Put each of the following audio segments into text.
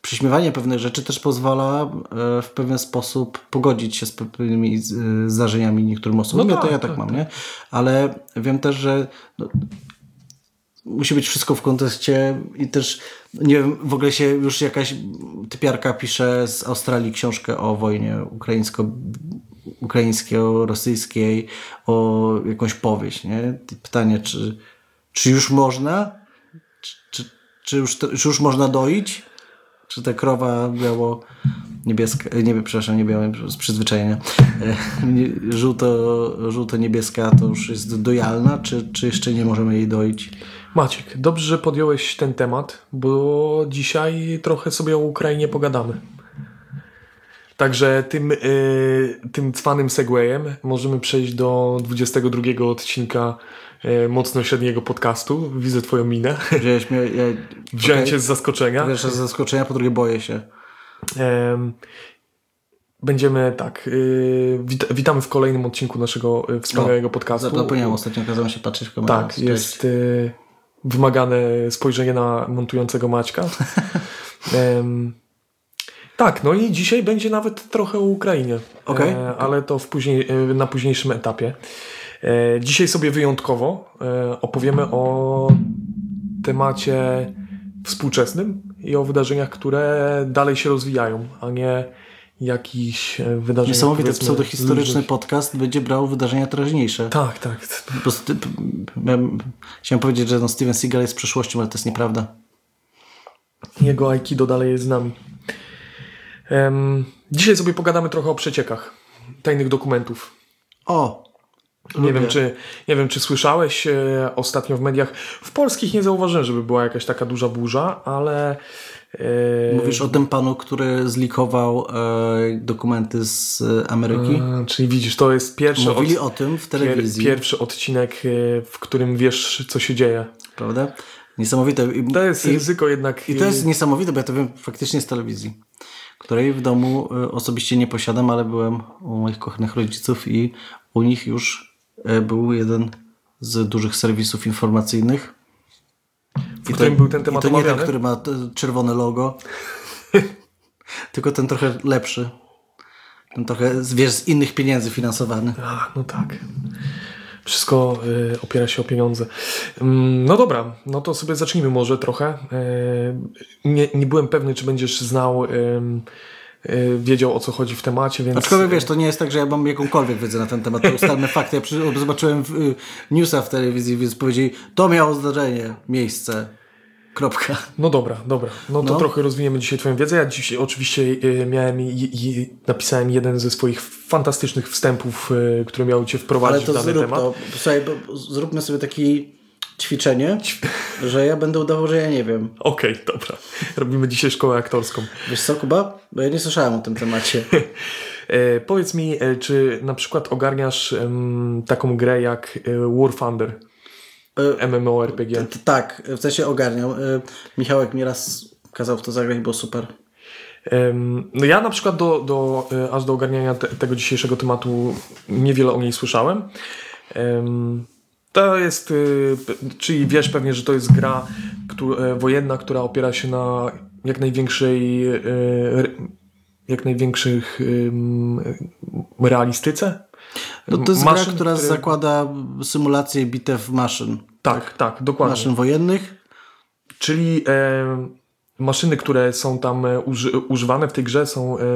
przyśmiewanie pewnych rzeczy też pozwala w pewien sposób pogodzić się z pewnymi zdarzeniami niektórym osobom. Ja tak mam, nie? Ale wiem też, że musi być wszystko w kontekście i też, nie wiem, w ogóle się już jakaś typiarka pisze z Australii książkę o wojnie ukraińsko-rosyjskiej, o jakąś powieść, nie? Pytanie, czy już można? Czy już można doić? Czy ta krowa biało-niebieska, nie białe, z przyzwyczajenia, żółto-niebieska to już jest dojalna, czy jeszcze nie możemy jej doić? Maciek, dobrze, że podjąłeś ten temat, bo dzisiaj trochę sobie o Ukrainie pogadamy. Także tym cwanym segwayem możemy przejść do 22 odcinka mocno średniego podcastu. Widzę twoją minę. Wziąłem cię z zaskoczenia. Pierwsze z zaskoczenia, po drugie boję się. Będziemy witamy w kolejnym odcinku naszego wspaniałego podcastu. Zapomniałem, ostatnio okazałem się patrzeć w kamerę. Tak, jest wymagane spojrzenie na montującego Maćka. Tak, no i dzisiaj będzie nawet trochę o Ukrainie, ale to na późniejszym etapie. Dzisiaj sobie wyjątkowo opowiemy o temacie współczesnym i o wydarzeniach, które dalej się rozwijają, a nie jakichś wydarzeniach. Niesamowity pseudohistoryczny podcast będzie brał wydarzenia teraźniejsze. Tak. Po prostu, chciałem powiedzieć, że Steven Seagal jest przyszłością, ale to jest nieprawda. Jego Aikido dalej jest z nami. Dzisiaj sobie pogadamy trochę o przeciekach tajnych dokumentów. Nie wiem, czy słyszałeś ostatnio w mediach. W polskich nie zauważyłem, żeby była jakaś taka duża burza, ale... Mówisz o tym panu, który zlikował dokumenty z Ameryki? Czyli widzisz, to jest pierwszy... Mówili o tym w telewizji. Pierwszy odcinek, w którym wiesz, co się dzieje. Prawda? Niesamowite. To jest ryzyko jednak... I to jest niesamowite, bo ja to wiem faktycznie z telewizji, której w domu osobiście nie posiadam, ale byłem u moich kochanych rodziców i u nich już był jeden z dużych serwisów informacyjnych. W którym był ten temat omawiany? Nie ten, który ma czerwone logo, tylko ten trochę lepszy. Ten trochę, wiesz, z innych pieniędzy finansowany. No tak. Wszystko opiera się o pieniądze. No dobra, no to sobie zacznijmy może trochę. Nie byłem pewny, czy będziesz znał, wiedział, o co chodzi w temacie, więc... Aczkolwiek wiesz, to nie jest tak, że ja mam jakąkolwiek wiedzę na ten temat. To ustalmy fakty. Ja zobaczyłem newsa w telewizji, więc powiedzieli, to miało zdarzenie, miejsce. Kropka. No dobra. No to trochę rozwiniemy dzisiaj twoją wiedzę. Ja dzisiaj oczywiście napisałem jeden ze swoich fantastycznych wstępów, które miały cię wprowadzić w dany temat. Słuchaj, zróbmy sobie takie ćwiczenie, że ja będę udawał, że ja nie wiem. Okej, dobra. Robimy dzisiaj szkołę aktorską. Wiesz co, Kuba? Bo ja nie słyszałem o tym temacie. Powiedz mi, czy na przykład ogarniasz taką grę jak War Thunder? MMORPG. Tak, w sensie ogarniam. Michałek mi raz kazał w to zagrać, było super. No ja na przykład aż do ogarniania tego dzisiejszego tematu niewiele o niej słyszałem. To jest, czyli wiesz pewnie, że to jest gra wojenna, która opiera się na jak największych realistyce. No to jest gra, która zakłada symulację bitew maszyn. Tak, dokładnie. Maszyn wojennych. Czyli maszyny, które są tam używane w tej grze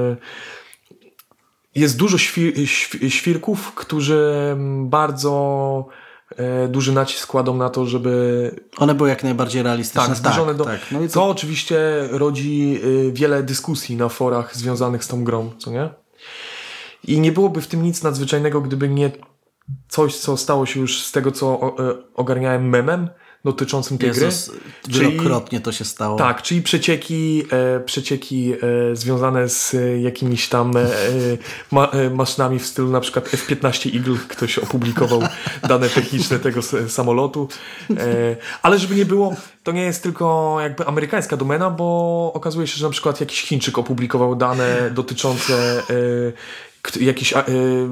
jest dużo świrków, którzy bardzo duży nacisk kładą na to, żeby... One były jak najbardziej realistyczne. Tak. No i to oczywiście rodzi wiele dyskusji na forach związanych z tą grą, co nie? I nie byłoby w tym nic nadzwyczajnego, gdyby nie coś, co stało się już z tego, co ogarniałem memem dotyczącym tej gry. Wielokrotnie to się stało. Tak, czyli przecieki związane z jakimiś tam maszynami w stylu na przykład F-15 Eagle. Ktoś opublikował dane techniczne tego samolotu. Ale żeby nie było, to nie jest tylko jakby amerykańska domena, bo okazuje się, że na przykład jakiś Chińczyk opublikował dane dotyczące jakiejś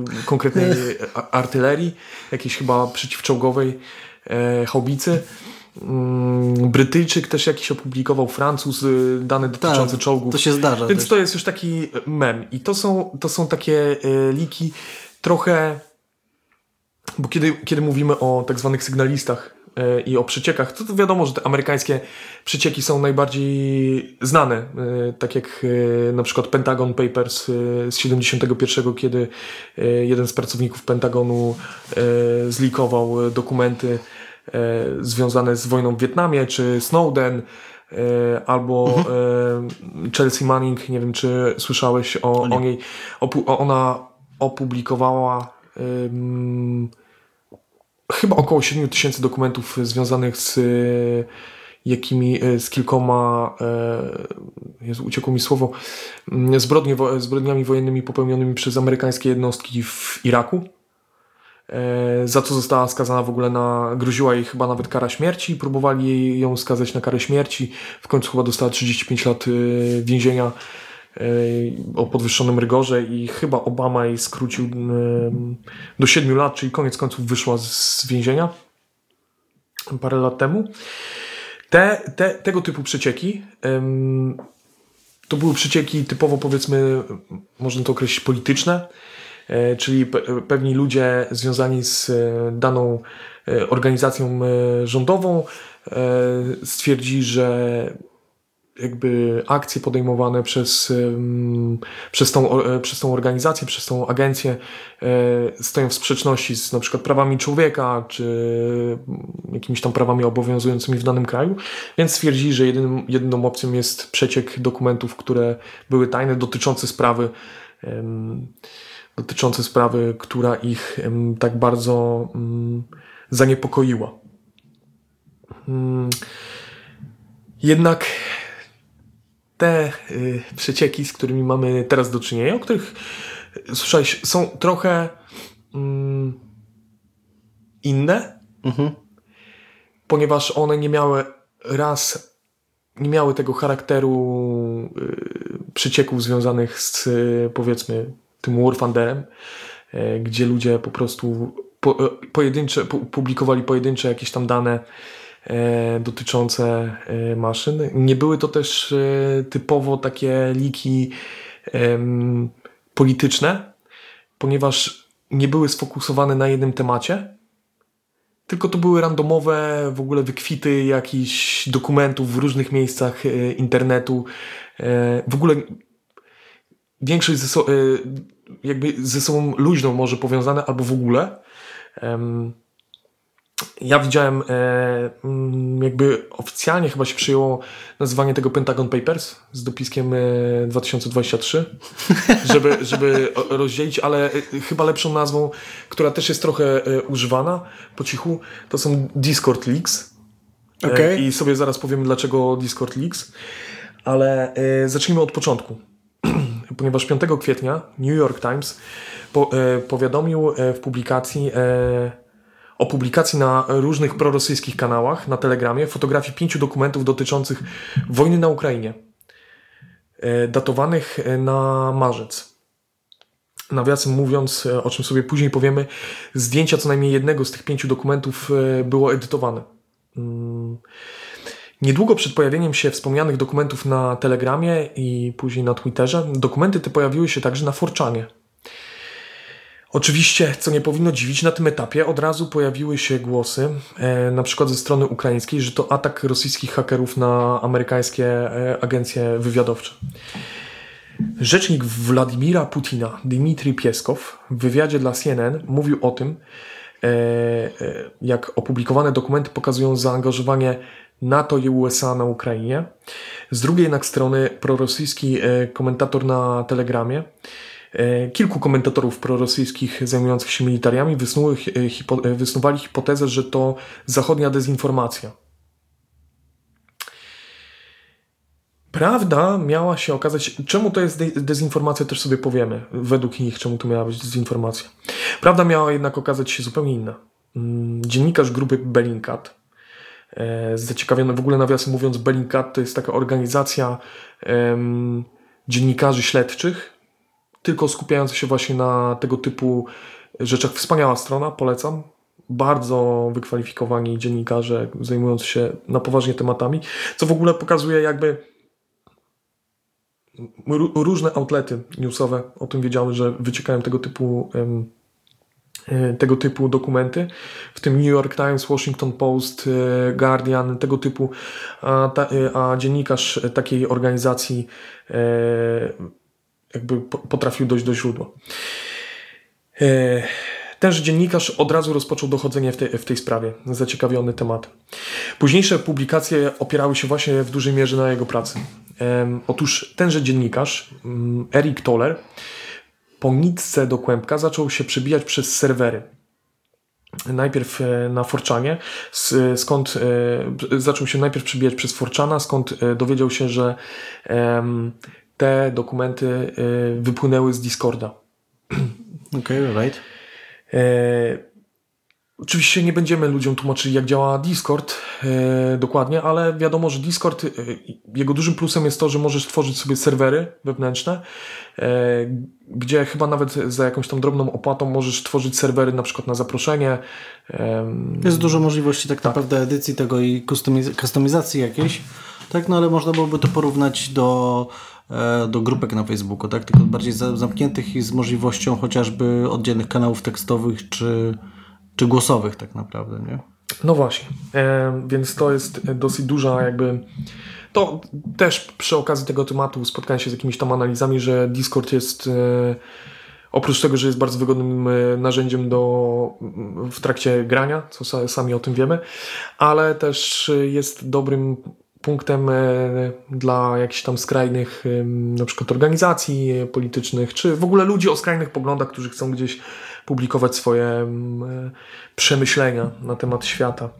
konkretnej artylerii, jakiejś chyba przeciwczołgowej haubicy. Brytyjczyk też jakiś opublikował, Francuz dane dotyczące czołgów. To się zdarza. Więc też. to jest już taki mem. I to są takie liki trochę... Bo kiedy mówimy o tak zwanych sygnalistach i o przeciekach, to wiadomo, że te amerykańskie przecieki są najbardziej znane. Tak jak na przykład Pentagon Papers z 71, kiedy jeden z pracowników Pentagonu zlikował dokumenty związane z wojną w Wietnamie, czy Snowden, albo Chelsea Manning, nie wiem czy słyszałeś o niej. Ona opublikowała chyba około 7 000 dokumentów związanych z kilkoma, uciekło mi słowo, zbrodniami wojennymi popełnionymi przez amerykańskie jednostki w Iraku. Za co została skazana w ogóle groziła jej chyba nawet kara śmierci, próbowali ją skazać na karę śmierci, w końcu chyba dostała 35 lat więzienia o podwyższonym rygorze i chyba Obama jej skrócił do 7 lat, czyli koniec końców wyszła z więzienia parę lat temu. Tego typu przecieki to były przecieki typowo, powiedzmy, można to określić, polityczne, czyli pewni ludzie związani z daną organizacją rządową stwierdzili, że jakby akcje podejmowane przez tą organizację, przez tą agencję stoją w sprzeczności z na przykład prawami człowieka, czy jakimiś tam prawami obowiązującymi w danym kraju, więc stwierdzili, że jedyną opcją jest przeciek dokumentów, które były tajne, dotyczące sprawy, która ich tak bardzo zaniepokoiła. Jednak te przecieki, z którymi mamy teraz do czynienia, o których słyszałeś, są trochę inne, ponieważ one nie miały tego charakteru przecieków związanych z, powiedzmy, tym War Thunderem, gdzie ludzie po prostu publikowali pojedyncze jakieś tam dane dotyczące maszyn. Nie były to też typowo takie liki polityczne, ponieważ nie były sfokusowane na jednym temacie, tylko to były randomowe w ogóle wykwity jakichś dokumentów w różnych miejscach internetu. W ogóle większość jakby ze sobą luźno może powiązane albo w ogóle. Ja widziałem, jakby oficjalnie chyba się przyjęło nazywanie tego Pentagon Papers z dopiskiem 2023, żeby rozdzielić, ale chyba lepszą nazwą, która też jest trochę używana po cichu, to są Discord Leaks. Okay. I sobie zaraz powiemy, dlaczego Discord Leaks, ale zacznijmy od początku. Ponieważ 5 kwietnia New York Times powiadomił o publikacji na różnych prorosyjskich kanałach na Telegramie fotografii 5 dokumentów dotyczących wojny na Ukrainie, datowanych na marzec. Nawiasem mówiąc, o czym sobie później powiemy, zdjęcia co najmniej jednego z tych 5 dokumentów było edytowane. Niedługo przed pojawieniem się wspomnianych dokumentów na Telegramie i później na Twitterze, dokumenty te pojawiły się także na 4chanie. Oczywiście, co nie powinno dziwić, na tym etapie od razu pojawiły się głosy, na przykład ze strony ukraińskiej, że to atak rosyjskich hakerów na amerykańskie agencje wywiadowcze. Rzecznik Władimira Putina, Dmitrij Pieskow, w wywiadzie dla CNN mówił o tym, jak opublikowane dokumenty pokazują zaangażowanie NATO i USA na Ukrainie. Z drugiej jednak strony prorosyjski komentator na Telegramie, kilku komentatorów prorosyjskich zajmujących się militariami wysnuwali hipotezę, że to zachodnia dezinformacja. Prawda miała się okazać... Czemu to jest dezinformacja, też sobie powiemy. Według nich, czemu to miała być dezinformacja. Prawda miała jednak okazać się zupełnie inna. Dziennikarz grupy Bellingcat, zaciekawiony, w ogóle nawiasem mówiąc, Bellingcat to jest taka organizacja dziennikarzy śledczych, tylko skupiająca się właśnie na tego typu rzeczach. Wspaniała strona, polecam. bardzo wykwalifikowani dziennikarze zajmujący się na poważnie tematami, co w ogóle pokazuje jakby różne outlety newsowe o tym wiedziały, że wyciekają tego typu dokumenty, w tym New York Times, Washington Post, Guardian, tego typu, a dziennikarz takiej organizacji jakby potrafił dojść do źródła. Tenże dziennikarz od razu rozpoczął dochodzenie w tej sprawie, zaciekawiony tematem. Późniejsze publikacje opierały się właśnie w dużej mierze na jego pracy. Otóż tenże dziennikarz, Eric Toller, po nitce do kłębka zaczął się przebijać przez serwery. Najpierw na 4chanie, skąd zaczął się najpierw przebijać przez 4chana, skąd dowiedział się, że te dokumenty wypłynęły z Discorda. Okej, right. Oczywiście nie będziemy ludziom tłumaczyli, jak działa Discord dokładnie, ale wiadomo, że Discord, jego dużym plusem jest to, że możesz tworzyć sobie serwery wewnętrzne, gdzie chyba nawet za jakąś tam drobną opłatą możesz tworzyć serwery na przykład na zaproszenie. Jest dużo możliwości tak naprawdę edycji tego i kustomizacji jakiejś, tak, no ale można byłoby to porównać do grupek na Facebooku, tak, tylko bardziej zamkniętych i z możliwością chociażby oddzielnych kanałów tekstowych czy głosowych tak naprawdę, nie? No właśnie, więc to jest dosyć duża jakby... To też przy okazji tego tematu spotkałem się z jakimiś tam analizami, że Discord jest oprócz tego, że jest bardzo wygodnym narzędziem w trakcie grania, co sami o tym wiemy, ale też jest dobrym punktem dla jakichś tam skrajnych na przykład organizacji politycznych, czy w ogóle ludzi o skrajnych poglądach, którzy chcą gdzieś publikować swoje przemyślenia na temat świata.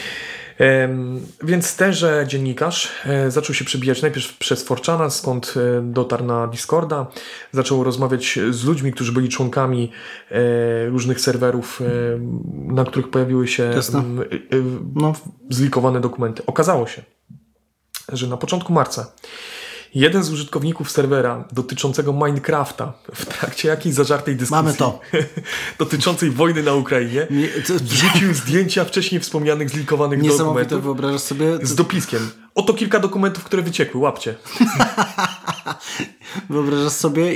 Więc tenże dziennikarz zaczął się przebijać najpierw przez 4chana, skąd dotarł na Discorda, zaczął rozmawiać z ludźmi, którzy byli członkami różnych serwerów, na których pojawiły się zlikowane dokumenty. Okazało się, że na początku marca jeden z użytkowników serwera dotyczącego Minecrafta w trakcie jakiejś zażartej dyskusji Mamy to. dotyczącej wojny na Ukrainie wrzucił zdjęcia wcześniej wspomnianych zlikowanych dokumentów wyobrażasz sobie z dopiskiem. Oto kilka dokumentów, które wyciekły, łapcie. Wyobrażasz sobie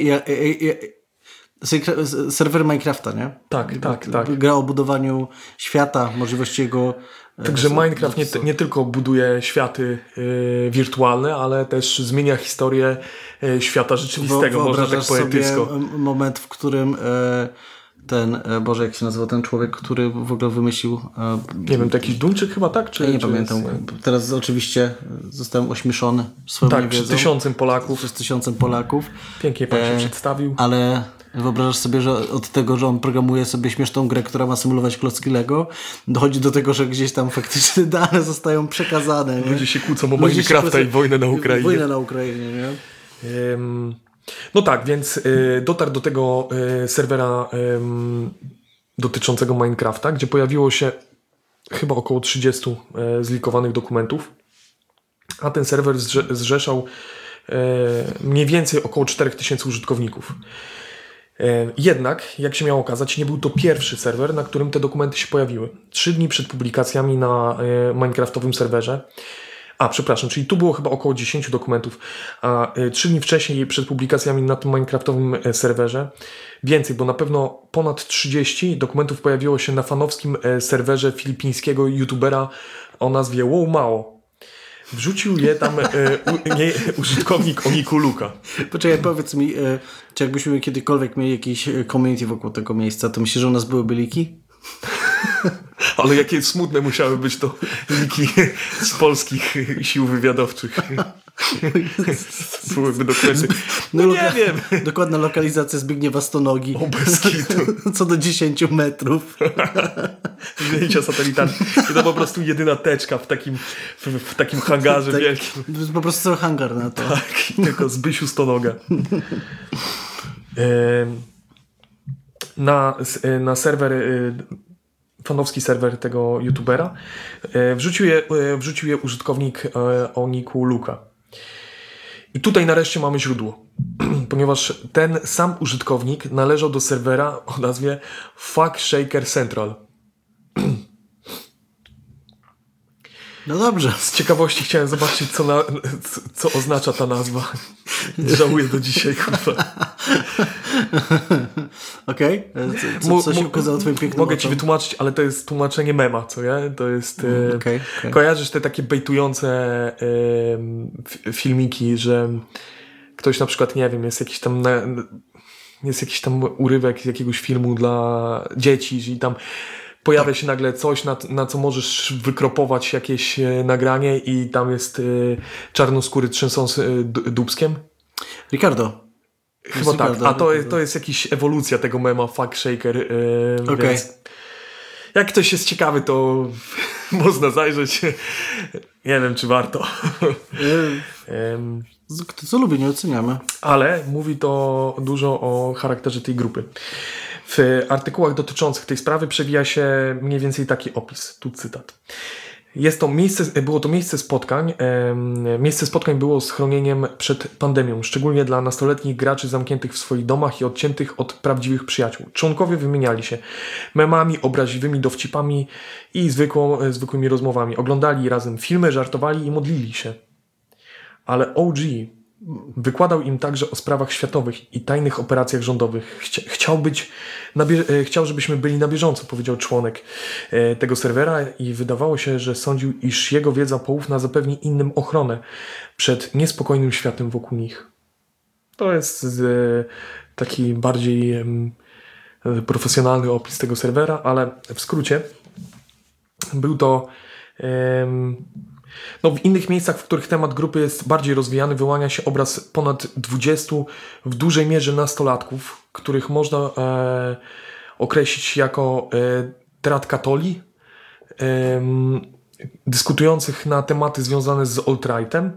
serwer Minecrafta, nie? Tak. Gra o budowaniu świata, możliwości jego... Także Minecraft nie tylko buduje światy wirtualne, ale też zmienia historię świata rzeczywistego, można tak poetycko. Sobie moment, w którym Boże, jak się nazywa ten człowiek, który w ogóle wymyślił... nie wiem, to jakiś Duńczyk chyba, tak? Nie pamiętam. Teraz oczywiście zostałem ośmieszony swoją tak, przed 1000 Polaków. Przez 1000 Polaków. Pięknie pan się przedstawił. Ale wyobrażasz sobie, że od tego, że on programuje sobie śmieszną grę, która ma symulować klocki Lego, dochodzi do tego, że gdzieś tam faktycznie dane zostają przekazane. Nie? Ludzie się kłócą o Minecrafta i wojnę na Ukrainie. Wojnę na Ukrainie, nie? No tak, więc dotarł do tego serwera dotyczącego Minecrafta, gdzie pojawiło się chyba około 30 zlikowanych dokumentów, a ten serwer zrzeszał mniej więcej około 4000 użytkowników. Jednak, jak się miało okazać, nie był to pierwszy serwer, na którym te dokumenty się pojawiły. 3 dni przed publikacjami na minecraftowym serwerze, czyli tu było chyba około 10 dokumentów, a 3 dni wcześniej przed publikacjami na tym minecraftowym serwerze więcej, bo na pewno ponad 30 dokumentów pojawiło się na fanowskim serwerze filipińskiego youtubera o nazwie WoWmao. Wrzucił je tam użytkownik Oniku Luka. Poczekaj, powiedz mi, czy jakbyśmy kiedykolwiek mieli jakiś community wokół tego miejsca, to myślisz, że u nas byłyby liki? Ale jakie smutne musiały być to liki z polskich sił wywiadowczych. Byłyby dokumenty. Nie wiem. Dokładna lokalizacja Zbigniewa Stonogi. O, bez kitu. Co do 10 metrów. Zdjęcia satelitarne. I to po prostu jedyna teczka w takim hangarze tak, wielkim. Po prostu cały hangar na to. Tak, tylko Zbysiu Stonoga. Na serwer, fanowski serwer tego youtubera wrzucił je użytkownik o niku Luka. I tutaj nareszcie mamy źródło, ponieważ ten sam użytkownik należał do serwera o nazwie Fuck Shaker Central. No dobrze. Z ciekawości chciałem zobaczyć, co oznacza ta nazwa. Żałuję do dzisiaj, kurwa. Okej. Co się okazało twoim pięknym Mogę ci oczom? wytłumaczyć, ale to jest tłumaczenie mema, co nie? To jest... Okej. Kojarzysz te takie bejtujące filmiki, że ktoś na przykład, nie wiem, jest jakiś tam urywek z jakiegoś filmu dla dzieci, i tam pojawia się nagle coś, na co możesz wykropować jakieś nagranie i tam jest czarnoskóry trzęsący dupskiem. Ricardo. Chyba tak, a to jest jakaś ewolucja tego mema Fuck Shaker. Więc jak ktoś jest ciekawy, to można zajrzeć. Nie wiem, czy warto. Kto co lubi, nie oceniamy. Ale mówi to dużo o charakterze tej grupy. W artykułach dotyczących tej sprawy przewija się mniej więcej taki opis. Tu cytat. Było to miejsce spotkań. Miejsce spotkań było schronieniem przed pandemią, szczególnie dla nastoletnich graczy zamkniętych w swoich domach i odciętych od prawdziwych przyjaciół. Członkowie wymieniali się memami, obraźliwymi dowcipami i zwykłymi rozmowami. Oglądali razem filmy, żartowali i modlili się. Ale OG wykładał im także o sprawach światowych i tajnych operacjach rządowych. Chciał, żebyśmy byli na bieżąco, powiedział członek tego serwera i wydawało się, że sądził, iż jego wiedza poufna zapewni innym ochronę przed niespokojnym światem wokół nich. To jest taki bardziej profesjonalny opis tego serwera, ale w skrócie był to... w innych miejscach, w których temat grupy jest bardziej rozwijany, wyłania się obraz ponad 20 w dużej mierze nastolatków, których można określić jako tradkatoli, dyskutujących na tematy związane z alt-rightem.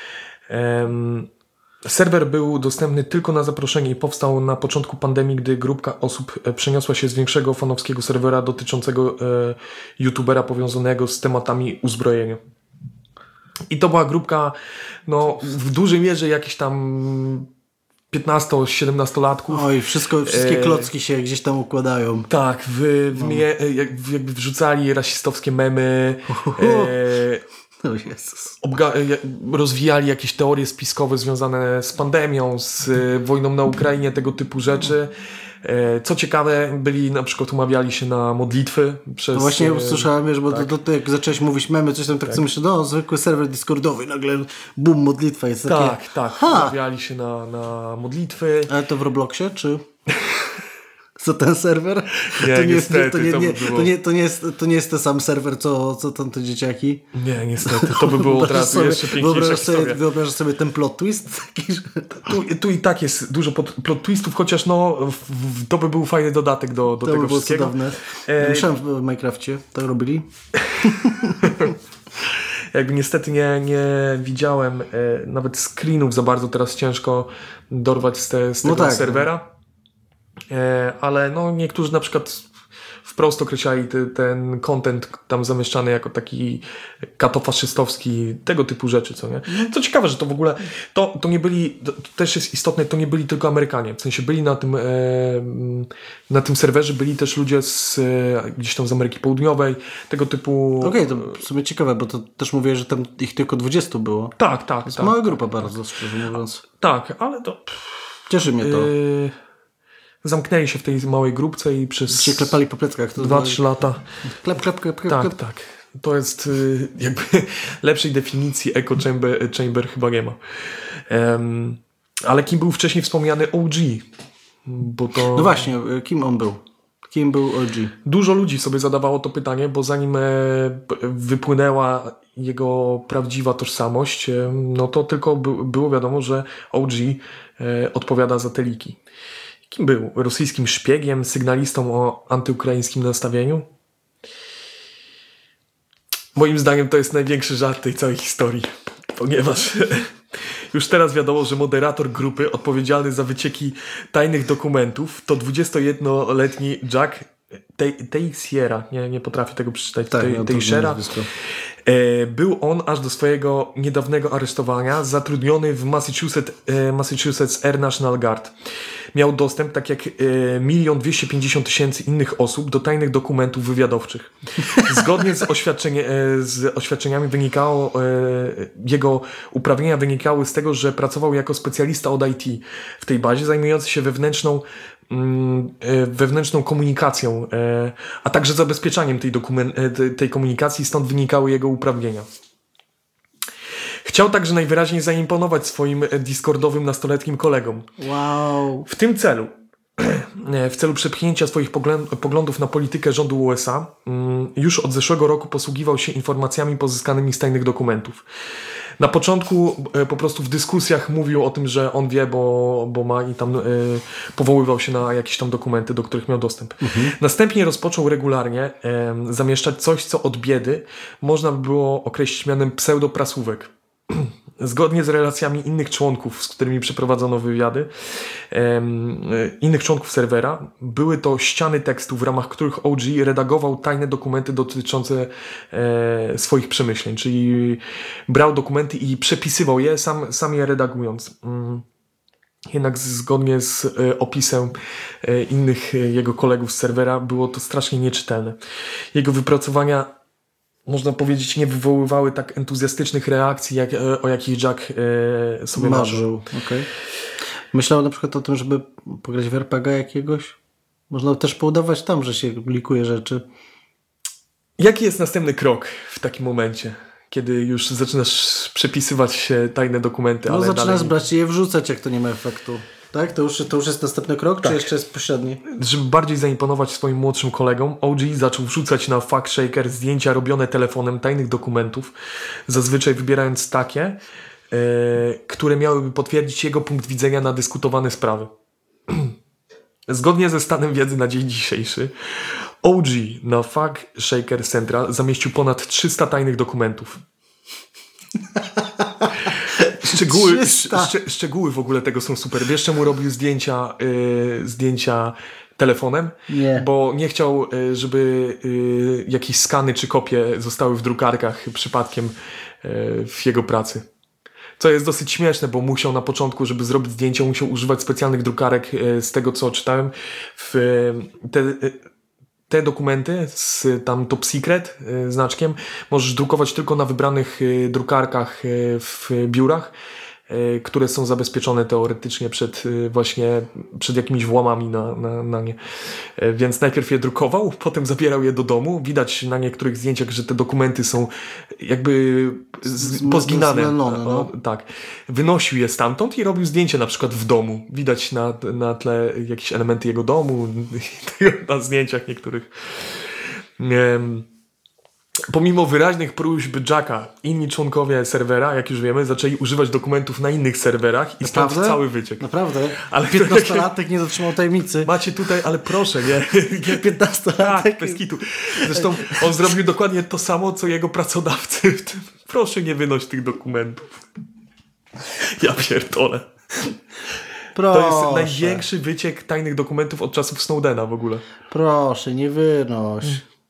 Serwer był dostępny tylko na zaproszenie i powstał na początku pandemii, gdy grupka osób przeniosła się z większego fanowskiego serwera dotyczącego youtubera powiązanego z tematami uzbrojenia. I to była grupka, w dużej mierze jakieś tam 15-17-latków. Oj, wszystkie klocki się gdzieś tam układają. Tak, jakby wrzucali rasistowskie memy, O Jezus. rozwijali jakieś teorie spiskowe związane z pandemią, z wojną na Ukrainie, tego typu rzeczy. Co ciekawe, na przykład umawiali się na modlitwy przez... No właśnie usłyszałem, wiesz, bo tak. Jak zacząłeś mówić memy, coś tam, tak sobie myślę, zwykły serwer Discordowy, nagle boom, modlitwa jest takie... Tak, umawiali się na modlitwy. Ale to w Robloxie, czy... Co ten serwer? Nie, to niestety, to nie jest ten sam serwer, co tamte dzieciaki. Nie, niestety, to by było od razu jeszcze piękniejsza historia. Wyobrażasz sobie ten plot twist? Taki, że... Tu i tak jest dużo plot twistów, chociaż to by był fajny dodatek do tego by było wszystkiego. cudowne. Myślałem w Minecrafcie, tak robili. Jakby niestety nie widziałem nawet screenów za bardzo, teraz ciężko dorwać z tego serwera. Ale niektórzy na przykład wprost określali ten content tam zamieszczany jako taki katofaszystowski, tego typu rzeczy, co nie? Co ciekawe, że to w ogóle, to nie byli, to też jest istotne, to nie byli tylko Amerykanie, w sensie byli na tym serwerze, byli też ludzie gdzieś tam z Ameryki Południowej, tego typu... Okej, to w sumie ciekawe, bo to też mówię, że tam ich tylko 20 było. Tak. To jest mała grupa bardzo, szczerze mówiąc. Tak, ale to... Cieszy mnie to. Zamknęli się w tej małej grupce i przez... się klepali po pleckach. 2-3 lata. Klep. Tak. To jest jakby lepszej definicji echo chamber chyba nie ma. Ale kim był wcześniej wspomniany OG? Bo to... No właśnie, kim on był? Kim był OG? Dużo ludzi sobie zadawało to pytanie, bo zanim wypłynęła jego prawdziwa tożsamość, to tylko było wiadomo, że OG odpowiada za te liki. Kim był? Rosyjskim szpiegiem, sygnalistą o antyukraińskim nastawieniu? Moim zdaniem to jest największy żart tej całej historii, ponieważ już teraz wiadomo, że moderator grupy odpowiedzialny za wycieki tajnych dokumentów to 21-letni Jack Teixeira, nie potrafię tego przeczytać, Teixeira, Był on aż do swojego niedawnego aresztowania zatrudniony w Massachusetts Air National Guard. Miał dostęp, tak jak 1 250 000 innych osób, do tajnych dokumentów wywiadowczych. Zgodnie z oświadczeniami jego uprawnienia wynikały z tego, że pracował jako specjalista od IT w tej bazie, zajmujący się wewnętrzną komunikacją, a także zabezpieczaniem tej komunikacji, stąd wynikały jego uprawnienia. Chciał także najwyraźniej zaimponować swoim discordowym nastoletnim kolegom. Wow. W celu przepchnięcia swoich poglądów na politykę rządu USA, już od zeszłego roku posługiwał się informacjami pozyskanymi z tajnych dokumentów. Na początku po prostu w dyskusjach mówił o tym, że on wie, bo ma i tam powoływał się na jakieś tam dokumenty, do których miał dostęp. Następnie rozpoczął regularnie zamieszczać coś, co od biedy można by było określić mianem pseudoprasówek. Zgodnie z relacjami innych członków, z którymi przeprowadzono wywiady, innych członków serwera, były to ściany tekstów, w ramach których OG redagował tajne dokumenty dotyczące swoich przemyśleń, czyli brał dokumenty i przepisywał je, sam je redagując. Jednak zgodnie z opisem innych jego kolegów z serwera było to strasznie nieczytelne. Jego wypracowania, można powiedzieć, nie wywoływały tak entuzjastycznych reakcji, o jakich Jack sobie marzył. Okay. Myślał na przykład o tym, żeby pograć w RPG jakiegoś? Można też poudawać tam, że się likuje rzeczy. Jaki jest następny krok w takim momencie, kiedy już zaczynasz przepisywać tajne dokumenty? No ale zaczynasz dalej... brać i je wrzucać, jak to nie ma efektu. Tak? To już jest następny krok, tak. Czy jeszcze jest pośredni? Żeby bardziej zaimponować swoim młodszym kolegom, OG zaczął wrzucać na FactShaker zdjęcia robione telefonem tajnych dokumentów, zazwyczaj wybierając takie, które miałyby potwierdzić jego punkt widzenia na dyskutowane sprawy. Zgodnie ze stanem wiedzy na dzień dzisiejszy, OG na FactShaker Central zamieścił ponad 300 tajnych dokumentów. Szczegóły w ogóle tego są super. Wiesz, czemu robił zdjęcia telefonem? Nie. Bo nie chciał, żeby jakieś skany czy kopie zostały w drukarkach przypadkiem w jego pracy. Co jest dosyć śmieszne, bo musiał na początku, żeby zrobić zdjęcie, musiał używać specjalnych drukarek. Z tego, co czytałem, te dokumenty z tam Top Secret znaczkiem możesz drukować tylko na wybranych drukarkach w biurach, które są zabezpieczone teoretycznie przed jakimiś włamami na nie. Więc najpierw je drukował, potem zabierał je do domu. Widać na niektórych zdjęciach, że te dokumenty są jakby pozginane. No. Tak. Wynosił je stamtąd i robił zdjęcie na przykład w domu. Widać na tle jakieś elementy jego domu na zdjęciach niektórych. Pomimo wyraźnych próśb Jacka, inni członkowie serwera, jak już wiemy, zaczęli używać dokumentów na innych serwerach i stąd cały wyciek. Naprawdę? Ale 15-latek nie dotrzymał tajemnicy. Macie tutaj, ale proszę, nie? 15-latek. Tak, bez kitu. Zresztą on zrobił dokładnie to samo, co jego pracodawcy. Proszę nie wynoś tych dokumentów. Ja pierdolę. Proszę. To jest największy wyciek tajnych dokumentów od czasów Snowdena w ogóle. Proszę, nie wynoś.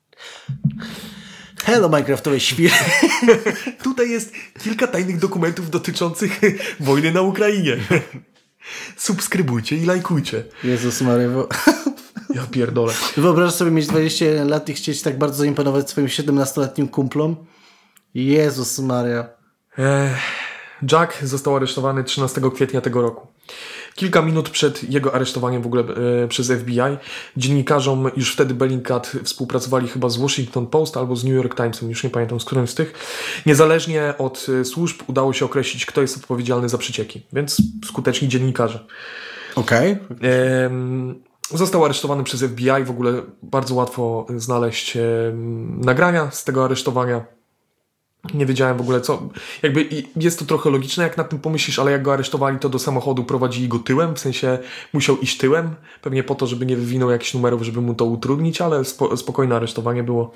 Hello, Minecraftowe świry. Tutaj jest kilka tajnych dokumentów dotyczących wojny na Ukrainie. Subskrybujcie i lajkujcie. Jezus Maria. Ja pierdolę. Wyobrażasz sobie mieć 21 lat i chcieć tak bardzo zaimponować swoim 17-letnim kumplom? Jezus Maria. Jack został aresztowany 13 kwietnia tego roku. Kilka minut przed jego aresztowaniem w ogóle przez FBI dziennikarzom, już wtedy Bellingcat współpracowali chyba z Washington Post albo z New York Timesem, już nie pamiętam z którym z tych. Niezależnie od służb udało się określić, kto jest odpowiedzialny za przecieki, więc skuteczni dziennikarze. Okej. Został aresztowany przez FBI, w ogóle bardzo łatwo znaleźć nagrania z tego aresztowania. Nie wiedziałem w ogóle co, jakby jest to trochę logiczne, jak nad tym pomyślisz, ale jak go aresztowali, to do samochodu prowadzili go tyłem, w sensie musiał iść tyłem, pewnie po to, żeby nie wywinął jakichś numerów, żeby mu to utrudnić, ale spokojne aresztowanie było.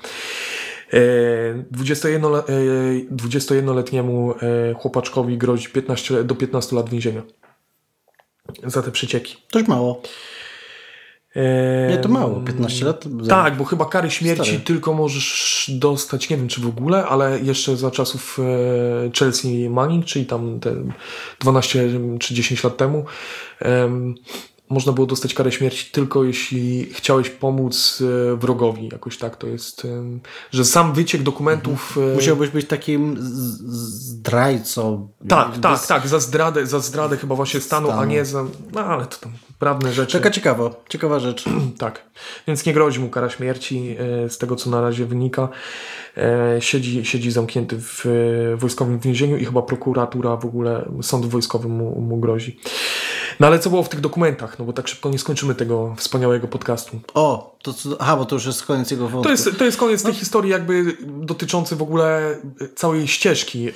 21-letniemu chłopaczkowi grozi do 15 lat więzienia za te przecieki. Też mało. Nie, to mało, 15 lat? Tak, bo chyba kary śmierci Stary. tylko możesz dostać, nie wiem czy w ogóle, ale jeszcze za czasów Chelsea Manning, czyli tam te 12 czy 10 lat temu, można było dostać karę śmierci tylko jeśli chciałeś pomóc wrogowi. Jakoś tak to jest, że sam wyciek dokumentów... Musiałbyś być takim zdrajcą. Tak, za zdradę chyba właśnie stanu, a nie za... No ale to tam prawne rzeczy. Taka ciekawa rzecz. Tak, więc nie grozi mu kara śmierci, z tego co na razie wynika. Siedzi zamknięty w wojskowym więzieniu i chyba prokuratura, w ogóle sąd wojskowy mu grozi. No ale co było w tych dokumentach? No bo tak szybko nie skończymy tego wspaniałego podcastu. Bo to już jest koniec jego wątku. To jest koniec tej historii jakby dotyczący w ogóle całej ścieżki.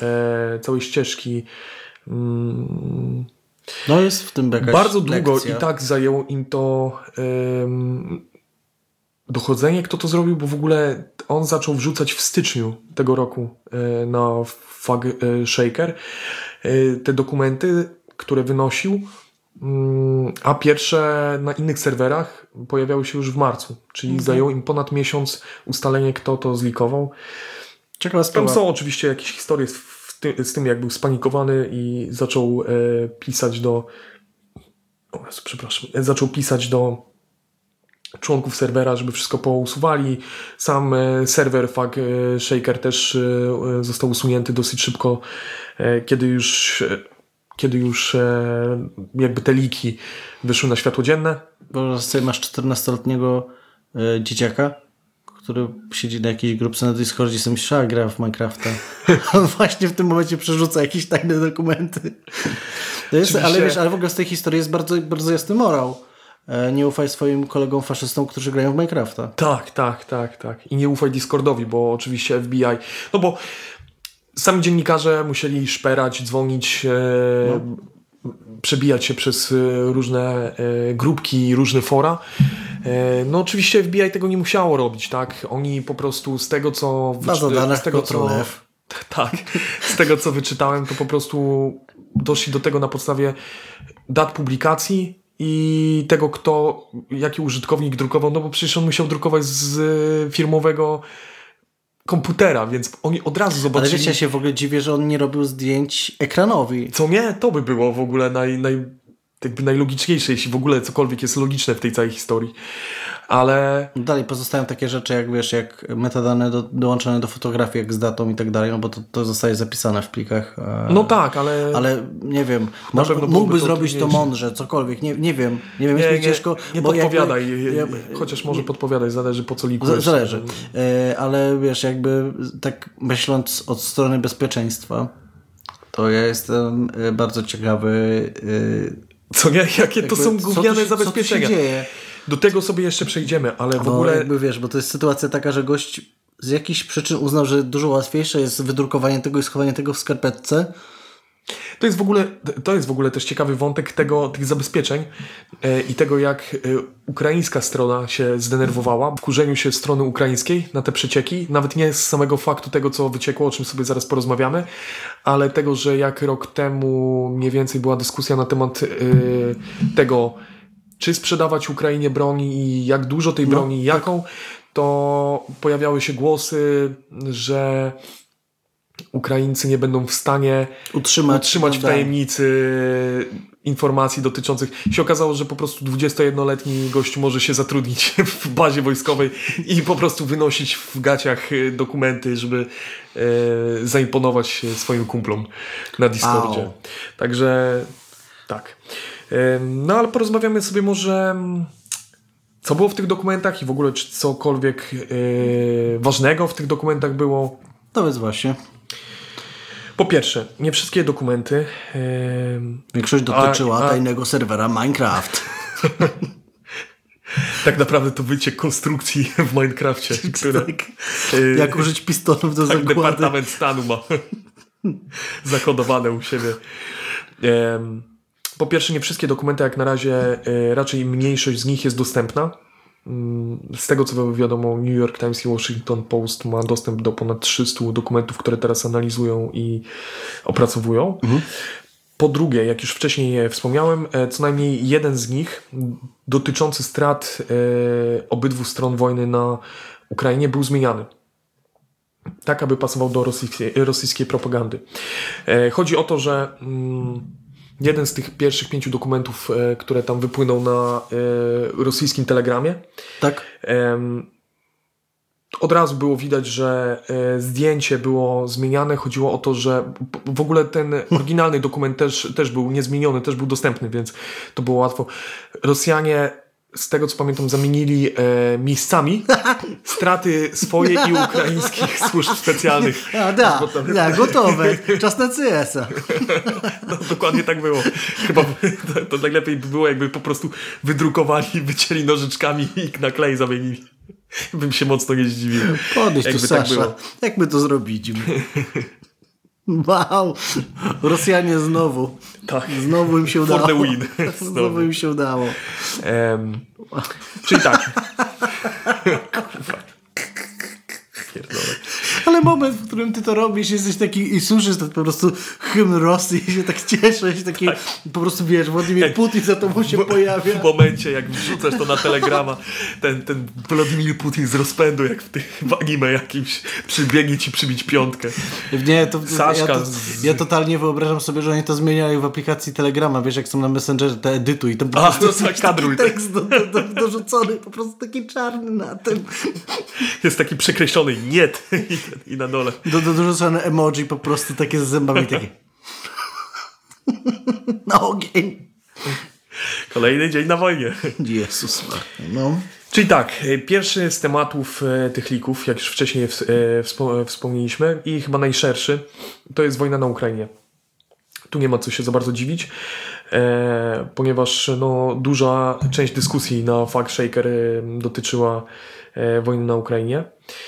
No jest w tym jakaś Bardzo długo lekcja. i tak zajęło im to dochodzenie, kto to zrobił, bo w ogóle on zaczął wrzucać w styczniu tego roku na Fag Shaker te dokumenty, które wynosił, a pierwsze na innych serwerach pojawiały się już w marcu, czyli zajęło im ponad miesiąc ustalenie, kto to zlikował. Ciekawa sprawa. Tam są oczywiście jakieś historie z tym, jak był spanikowany i zaczął pisać do... Zaczął pisać do członków serwera, żeby wszystko pousuwali. Sam serwer Fag Shaker też został usunięty dosyć szybko, kiedy już jakby te leaki wyszły na światło dzienne. Bo sobie masz 14-letniego dzieciaka, który siedzi na jakiejś grupce na Discordzie i sobie myśli, a gra w Minecrafta. On właśnie w tym momencie przerzuca jakieś tajne dokumenty. Ale w ogóle z tej historii jest bardzo, bardzo jasny morał. Nie ufaj swoim kolegom faszystom, którzy grają w Minecrafta. Tak. I nie ufaj Discordowi, bo oczywiście FBI... No bo sami dziennikarze musieli szperać, dzwonić, przebijać się przez różne grupki, różne fora. No oczywiście FBI tego nie musiało robić, tak? Oni po prostu z tego, co... Tak, z tego, co wyczytałem, to po prostu doszli do tego na podstawie dat publikacji i tego, jaki użytkownik drukował, no bo przecież on musiał drukować z firmowego komputera, więc oni od razu zobaczyli... Ale wiecie, ja się w ogóle dziwię, że on nie robił zdjęć ekranowi. Co nie? To by było w ogóle jakby najlogiczniejsze, jeśli w ogóle cokolwiek jest logiczne w tej całej historii. Ale... Dalej pozostają takie rzeczy, jak wiesz, jak metadane dołączone do fotografii, jak z datą i tak dalej, no bo to zostaje zapisane w plikach. No tak, ale... Ale nie wiem, mógłby zrobić to mądrze, cokolwiek, nie wiem, jest mi ciężko. Nie podpowiadaj, chociaż może podpowiadaj, zależy po co likujesz. Zależy, ale wiesz, jakby tak myśląc od strony bezpieczeństwa, to ja jestem bardzo ciekawy... Co nie? Jakie to są gówniane zabezpieczenia? Co tu się dzieje? Do tego sobie jeszcze przejdziemy, ale w ogóle... Jakby wiesz, bo to jest sytuacja taka, że gość z jakichś przyczyn uznał, że dużo łatwiejsze jest wydrukowanie tego i schowanie tego w skarpetce. To jest w ogóle też ciekawy wątek tych zabezpieczeń i tego, jak ukraińska strona się zdenerwowała w wkurzeniu się strony ukraińskiej na te przecieki. Nawet nie z samego faktu tego, co wyciekło, o czym sobie zaraz porozmawiamy, ale tego, że jak rok temu mniej więcej była dyskusja na temat tego, czy sprzedawać Ukrainie broni i jak dużo tej broni i jaką, to pojawiały się głosy, że Ukraińcy nie będą w stanie utrzymać w tajemnicy informacji dotyczących... Się okazało, że po prostu 21-letni gość może się zatrudnić w bazie wojskowej i po prostu wynosić w gaciach dokumenty, żeby zaimponować swoim kumplom na Discordzie. Wow. Także tak. No ale porozmawiamy sobie może... Co było w tych dokumentach i w ogóle czy cokolwiek ważnego w tych dokumentach było. To jest właśnie. Po pierwsze, nie wszystkie dokumenty. Większość dotyczyła tajnego serwera Minecraft. Tak naprawdę to wyciek konstrukcji w Minecrafcie, które... Jak użyć pistonów do zagłady. Departament Stanu ma zakodowane u siebie. Po pierwsze, nie wszystkie dokumenty, jak na razie raczej mniejszość z nich jest dostępna. Z tego, co wiadomo, New York Times i Washington Post ma dostęp do ponad 300 dokumentów, które teraz analizują i opracowują. Po drugie, jak już wcześniej wspomniałem, co najmniej jeden z nich dotyczący strat obydwu stron wojny na Ukrainie był zmieniany. Tak, aby pasował do rosyjskiej propagandy. Chodzi o to, że jeden z tych pierwszych 5 dokumentów, które tam wypłynął na rosyjskim telegramie, Tak? od razu było widać, że zdjęcie było zmieniane. Chodziło o to, że w ogóle ten oryginalny dokument też był niezmieniony, też był dostępny, więc to było łatwo. Rosjanie, z tego co pamiętam, zamienili miejscami straty swoje i ukraińskich służb specjalnych. Da, gotowe. Czas na CS-a. No, dokładnie tak było. Chyba to najlepiej by było, jakby po prostu wydrukowali, wycięli nożyczkami i na klej zamienili. Bym się mocno nie zdziwił. Podejdź tu, jakby Sasza. tak było. Jak my to zrobić? Wow. Rosjanie znowu. Tak. Znowu im się udało. For the win. Znowu im się udało. Czyli tak. Kurwa. Pierdolę. Ale moment, w którym ty to robisz, jesteś taki i słyszysz to po prostu hymn Rosji i się tak cieszysz, taki po prostu wiesz, Władimir Putin za tobą się pojawia. W momencie, jak wrzucasz to na telegrama, ten Władimir Putin z rozpędu, jak w anime jakimś, przybiegnie ci przybić piątkę. Nie, to Saszka ja totalnie wyobrażam sobie, że oni to zmieniają w aplikacji Telegrama, wiesz, jak są na Messengerze te edytuj i tam po prostu to jest kadruj. tekst dorzucony, po prostu taki czarny na tym. Jest taki przekreślony niet i na dole. Dorzucone emoji po prostu takie z zębami takie. Na ogień. Kolejny dzień na wojnie. Jezus. No. Czyli tak, pierwszy z tematów tych lików, jak już wcześniej wspomnieliśmy i chyba najszerszy, to jest wojna na Ukrainie. Tu nie ma co się za bardzo dziwić, ponieważ duża część dyskusji na Fact Shaker dotyczyła wojny na Ukrainie.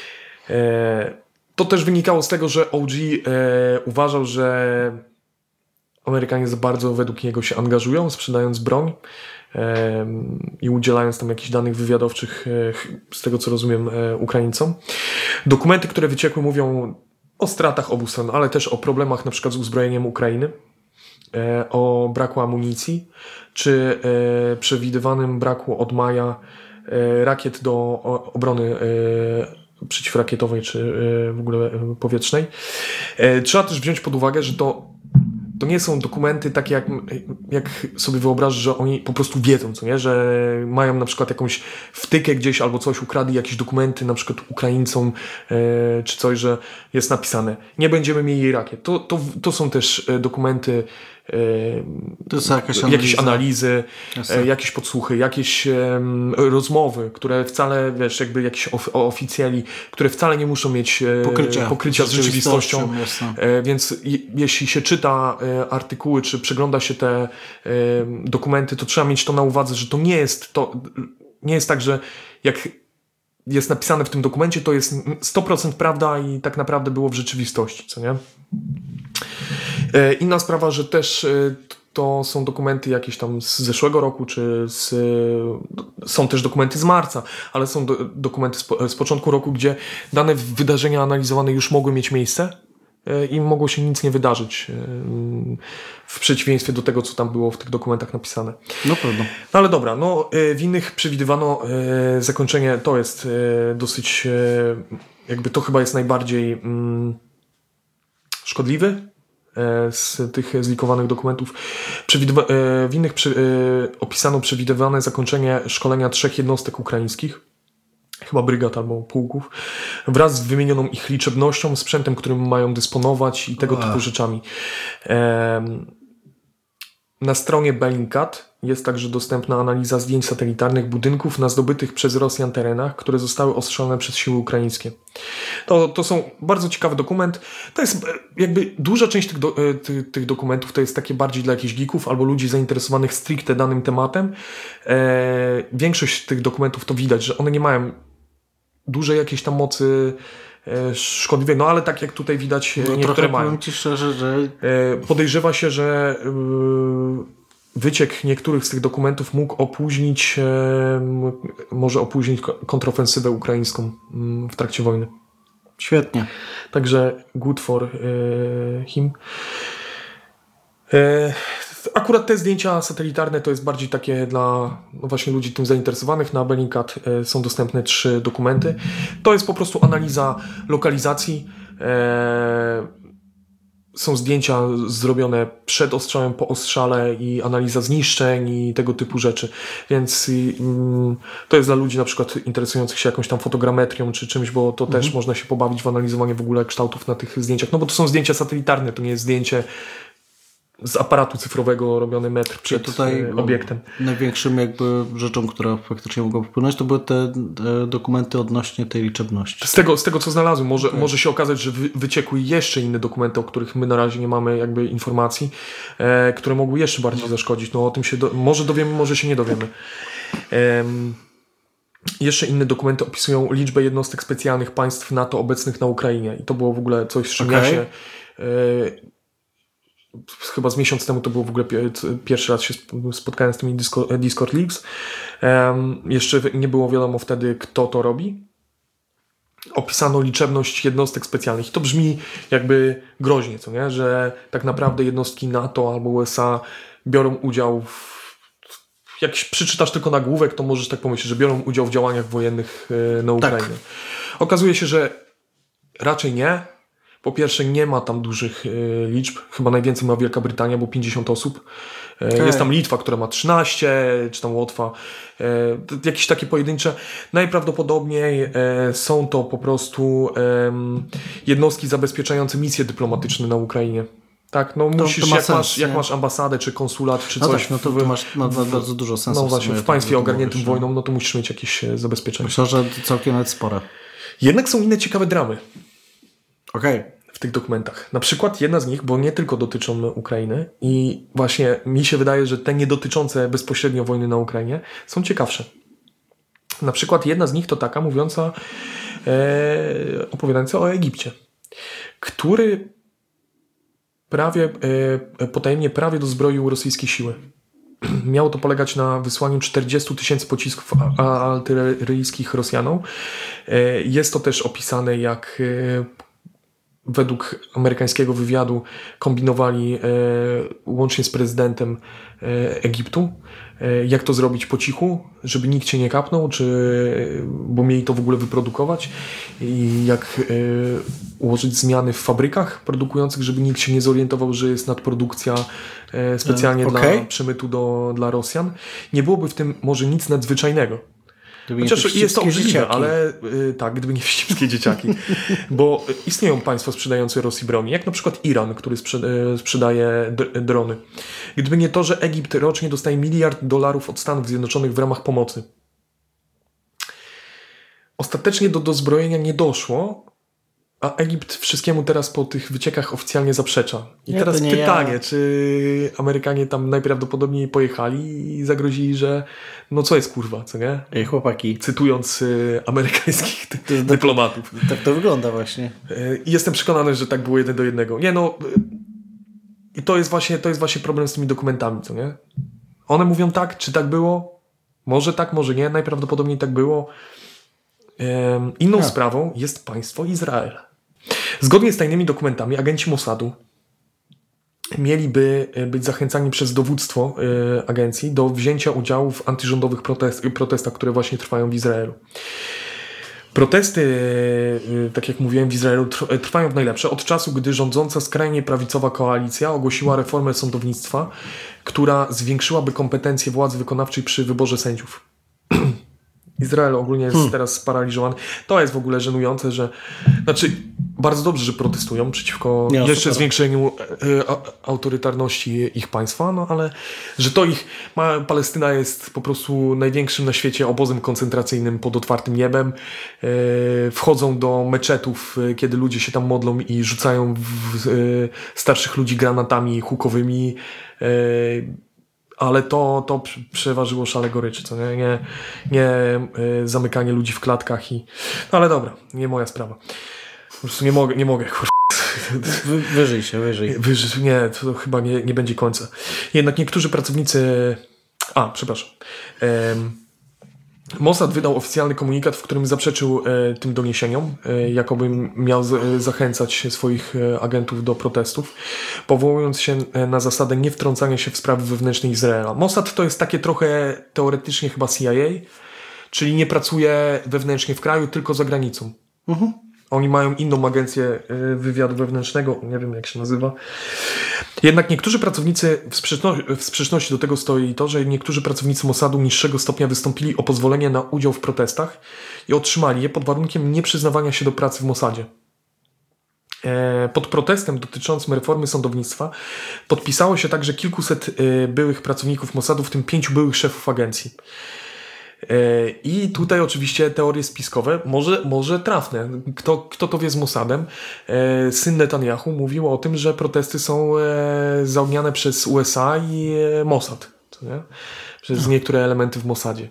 To też wynikało z tego, że OG uważał, że Amerykanie za bardzo według niego się angażują, sprzedając broń i udzielając tam jakichś danych wywiadowczych, z tego co rozumiem, Ukraińcom. Dokumenty, które wyciekły, mówią o stratach obu stron, ale też o problemach na przykład z uzbrojeniem Ukrainy, o braku amunicji, czy przewidywanym braku od maja rakiet do obrony przeciwrakietowej, czy w ogóle powietrznej. Trzeba też wziąć pod uwagę, że to nie są dokumenty takie, jak sobie wyobrażasz, że oni po prostu wiedzą, co nie? Że mają na przykład jakąś wtykę gdzieś albo coś, ukradli jakieś dokumenty, na przykład Ukraińcom, czy coś, że jest napisane, nie będziemy mieli rakiet. To są też dokumenty, to jest jakieś analizy, jakieś podsłuchy, jakieś rozmowy, które wcale, wiesz, jakby jakiś oficjeli, które wcale nie muszą mieć pokrycia z rzeczywistością. Więc jeśli się czyta artykuły, czy przegląda się te dokumenty, to trzeba mieć to na uwadze, że to nie jest tak, że jak jest napisane w tym dokumencie, to jest 100% prawda i tak naprawdę było w rzeczywistości, co nie? Inna sprawa, że też to są dokumenty jakieś tam z zeszłego roku, czy są też dokumenty z marca, ale są dokumenty z początku roku, gdzie dane wydarzenia analizowane już mogły mieć miejsce i mogło się nic nie wydarzyć w przeciwieństwie do tego, co tam było w tych dokumentach napisane. No prawda. No ale dobra, w innych przewidywano zakończenie, to jest dosyć, jakby to chyba jest najbardziej szkodliwy z tych zlikowanych dokumentów. W innych opisano przewidywane zakończenie szkolenia 3 jednostek ukraińskich, chyba brygad albo pułków, wraz z wymienioną ich liczebnością, sprzętem, którym mają dysponować i tego typu rzeczami. Na stronie Bellingcat jest także dostępna analiza zdjęć satelitarnych budynków na zdobytych przez Rosjan terenach, które zostały ostrzelone przez siły ukraińskie. To są bardzo ciekawy dokument. To jest jakby duża część tych dokumentów to jest takie bardziej dla jakichś geeków albo ludzi zainteresowanych stricte danym tematem. Większość tych dokumentów to widać, że one nie mają dużej jakiejś tam mocy szkodliwej, ale tak jak tutaj widać, niektóre mają. Powiem ci szczerze, że podejrzewa się, że wyciek niektórych z tych dokumentów może opóźnić kontrofensywę ukraińską w trakcie wojny. Świetnie. Także good for him. Akurat te zdjęcia satelitarne to jest bardziej takie dla właśnie ludzi tym zainteresowanych. Na Bellingcat są dostępne 3 dokumenty. To jest po prostu analiza lokalizacji. Są zdjęcia zrobione przed ostrzałem, po ostrzale i analiza zniszczeń i tego typu rzeczy. Więc to jest dla ludzi na przykład interesujących się jakąś tam fotogrametrią czy czymś, bo to też można się pobawić w analizowanie w ogóle kształtów na tych zdjęciach. No bo to są zdjęcia satelitarne, to nie jest zdjęcie z aparatu cyfrowego robiony metr przed obiektem. Największym jakby rzeczą, która faktycznie mogła wpłynąć, to były te dokumenty odnośnie tej liczebności. Z tego co znalazłem, może się okazać, że wyciekły jeszcze inne dokumenty, o których my na razie nie mamy jakby informacji, które mogły jeszcze bardziej zaszkodzić. No o tym się może dowiemy, może się nie dowiemy. Jeszcze inne dokumenty opisują liczbę jednostek specjalnych państw NATO obecnych na Ukrainie. I to było w ogóle coś, z czym ja się... Chyba z miesiąc temu to było w ogóle pierwszy raz się spotkałem z tymi Discord Leaks. Jeszcze nie było wiadomo wtedy, kto to robi. Opisano liczebność jednostek specjalnych. I to brzmi jakby groźnie, co nie? Że tak naprawdę jednostki NATO albo USA biorą udział jak przeczytasz tylko nagłówek, to możesz tak pomyśleć, że biorą udział w działaniach wojennych na Ukrainie. Tak. Okazuje się, że raczej nie. Po pierwsze, nie ma tam dużych liczb. Chyba najwięcej ma Wielka Brytania, bo 50 osób. Jest tam Litwa, która ma 13, czy tam Łotwa. Jakieś takie pojedyncze. Najprawdopodobniej są to po prostu jednostki zabezpieczające misje dyplomatyczne na Ukrainie. Tak, no musisz, jak masz ambasadę, czy konsulat, czy coś. Tak, no to masz bardzo dużo sensu. No właśnie, w państwie ogarniętym wojną, no to musisz mieć jakieś zabezpieczenie. Myślę, że całkiem nawet spore. Jednak są inne ciekawe dramy. Okej. W tych dokumentach. Na przykład jedna z nich, bo nie tylko dotyczą Ukrainy i właśnie mi się wydaje, że te nie dotyczące bezpośrednio wojny na Ukrainie są ciekawsze. Na przykład jedna z nich to taka mówiąca, opowiadająca o Egipcie, który potajemnie dozbroił rosyjskie siły. Miało to polegać na wysłaniu 40 000 pocisków artyleryjskich Rosjanom. Jest to też opisane, jak według amerykańskiego wywiadu kombinowali łącznie z prezydentem Egiptu, jak to zrobić po cichu, żeby nikt się nie kapnął, bo mieli to w ogóle wyprodukować i jak ułożyć zmiany w fabrykach produkujących, żeby nikt się nie zorientował, że jest nadprodukcja specjalnie dla przemytu dla Rosjan. Nie byłoby w tym może nic nadzwyczajnego. Chociaż jest to możliwe, ale tak, gdyby nie wścibskie dzieciaki. Bo istnieją państwa sprzedające Rosji broni, jak na przykład Iran, który sprzedaje drony. Gdyby nie to, że Egipt rocznie dostaje $1 miliard od Stanów Zjednoczonych w ramach pomocy. Ostatecznie do dozbrojenia nie doszło, a Egipt wszystkiemu teraz po tych wyciekach oficjalnie zaprzecza. I teraz pytanie, czy Amerykanie tam najprawdopodobniej pojechali i zagrozili, że no co jest kurwa, co nie? Ej, chłopaki. Cytując amerykańskich dyplomatów. Tak to wygląda właśnie. I jestem przekonany, że tak było 1 do 1. Nie no, i to jest właśnie problem z tymi dokumentami, co nie? One mówią tak, czy tak było? Może tak, może nie. Najprawdopodobniej tak było. Inną sprawą jest państwo Izrael. Zgodnie z tajnymi dokumentami agenci Mossadu mieliby być zachęcani przez dowództwo agencji do wzięcia udziału w antyrządowych protestach, które właśnie trwają w Izraelu. Protesty, tak jak mówiłem, w Izraelu trwają w najlepsze od czasu, gdy rządząca skrajnie prawicowa koalicja ogłosiła reformę sądownictwa, która zwiększyłaby kompetencje władzy wykonawczej przy wyborze sędziów. Izrael ogólnie jest teraz sparaliżowany. To jest w ogóle żenujące, że... Znaczy, bardzo dobrze, że protestują przeciwko jeszcze zwiększeniu autorytarności ich państwa, no ale że to Palestyna jest po prostu największym na świecie obozem koncentracyjnym pod otwartym niebem. Wchodzą do meczetów, kiedy ludzie się tam modlą i rzucają starszych ludzi granatami hukowymi. Ale to przeważyło szale goryczy, co nie zamykanie ludzi w klatkach no ale dobra, nie moja sprawa. Po prostu nie mogę. Wyżyj się. Nie, to chyba nie będzie końca. Jednak niektórzy pracownicy... przepraszam. Mossad wydał oficjalny komunikat, w którym zaprzeczył tym doniesieniom, jakoby miał zachęcać swoich agentów do protestów, powołując się na zasadę niewtrącania się w sprawy wewnętrzne Izraela. Mossad to jest takie trochę teoretycznie chyba CIA, czyli nie pracuje wewnętrznie w kraju, tylko za granicą. Oni mają inną agencję wywiadu wewnętrznego, nie wiem jak się nazywa. Jednak niektórzy pracownicy, w sprzeczności do tego stoi to, że niektórzy pracownicy Mossadu niższego stopnia wystąpili o pozwolenie na udział w protestach i otrzymali je pod warunkiem nieprzyznawania się do pracy w Mossadzie. Pod protestem dotyczącym reformy sądownictwa podpisało się także kilkuset byłych pracowników Mossadu, w tym 5 byłych szefów agencji. I tutaj oczywiście teorie spiskowe, może trafne. Kto to wie z Mossadem? Syn Netanyahu mówił o tym, że protesty są zaogniane przez USA i Mossad. Co nie? Przez niektóre elementy w Mossadzie.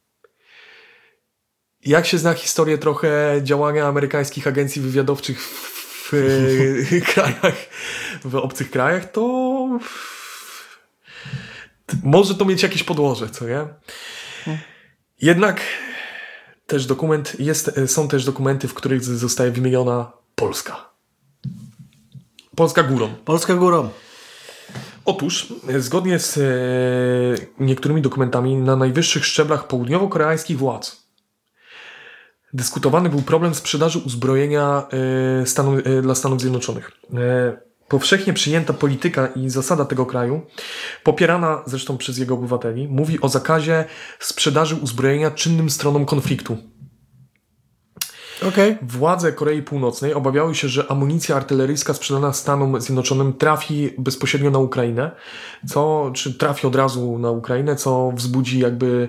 Jak się zna historię trochę działania amerykańskich agencji wywiadowczych w krajach, w obcych krajach, to może to mieć jakieś podłoże, co nie? Jednak też są też dokumenty, w których zostaje wymieniona Polska. Polska górą. Polska górą. Otóż, zgodnie z niektórymi dokumentami, na najwyższych szczeblach południowo-koreańskich władz dyskutowany był problem sprzedaży uzbrojenia dla Stanów Zjednoczonych. Powszechnie przyjęta polityka i zasada tego kraju, popierana zresztą przez jego obywateli, mówi o zakazie sprzedaży uzbrojenia czynnym stronom konfliktu. Władze Korei Północnej obawiały się, że amunicja artyleryjska sprzedana Stanom Zjednoczonym trafi bezpośrednio na Ukrainę, czy trafi od razu na Ukrainę, co wzbudzi jakby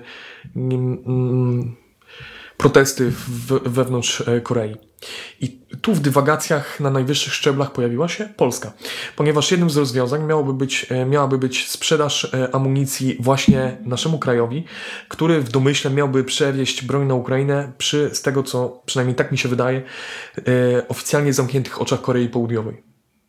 protesty wewnątrz Korei. I tu w dywagacjach na najwyższych szczeblach pojawiła się Polska, ponieważ jednym z rozwiązań miałaby być sprzedaż amunicji właśnie naszemu krajowi, który w domyśle miałby przewieźć broń na Ukrainę z tego, co przynajmniej tak mi się wydaje, oficjalnie zamkniętych oczach Korei Południowej.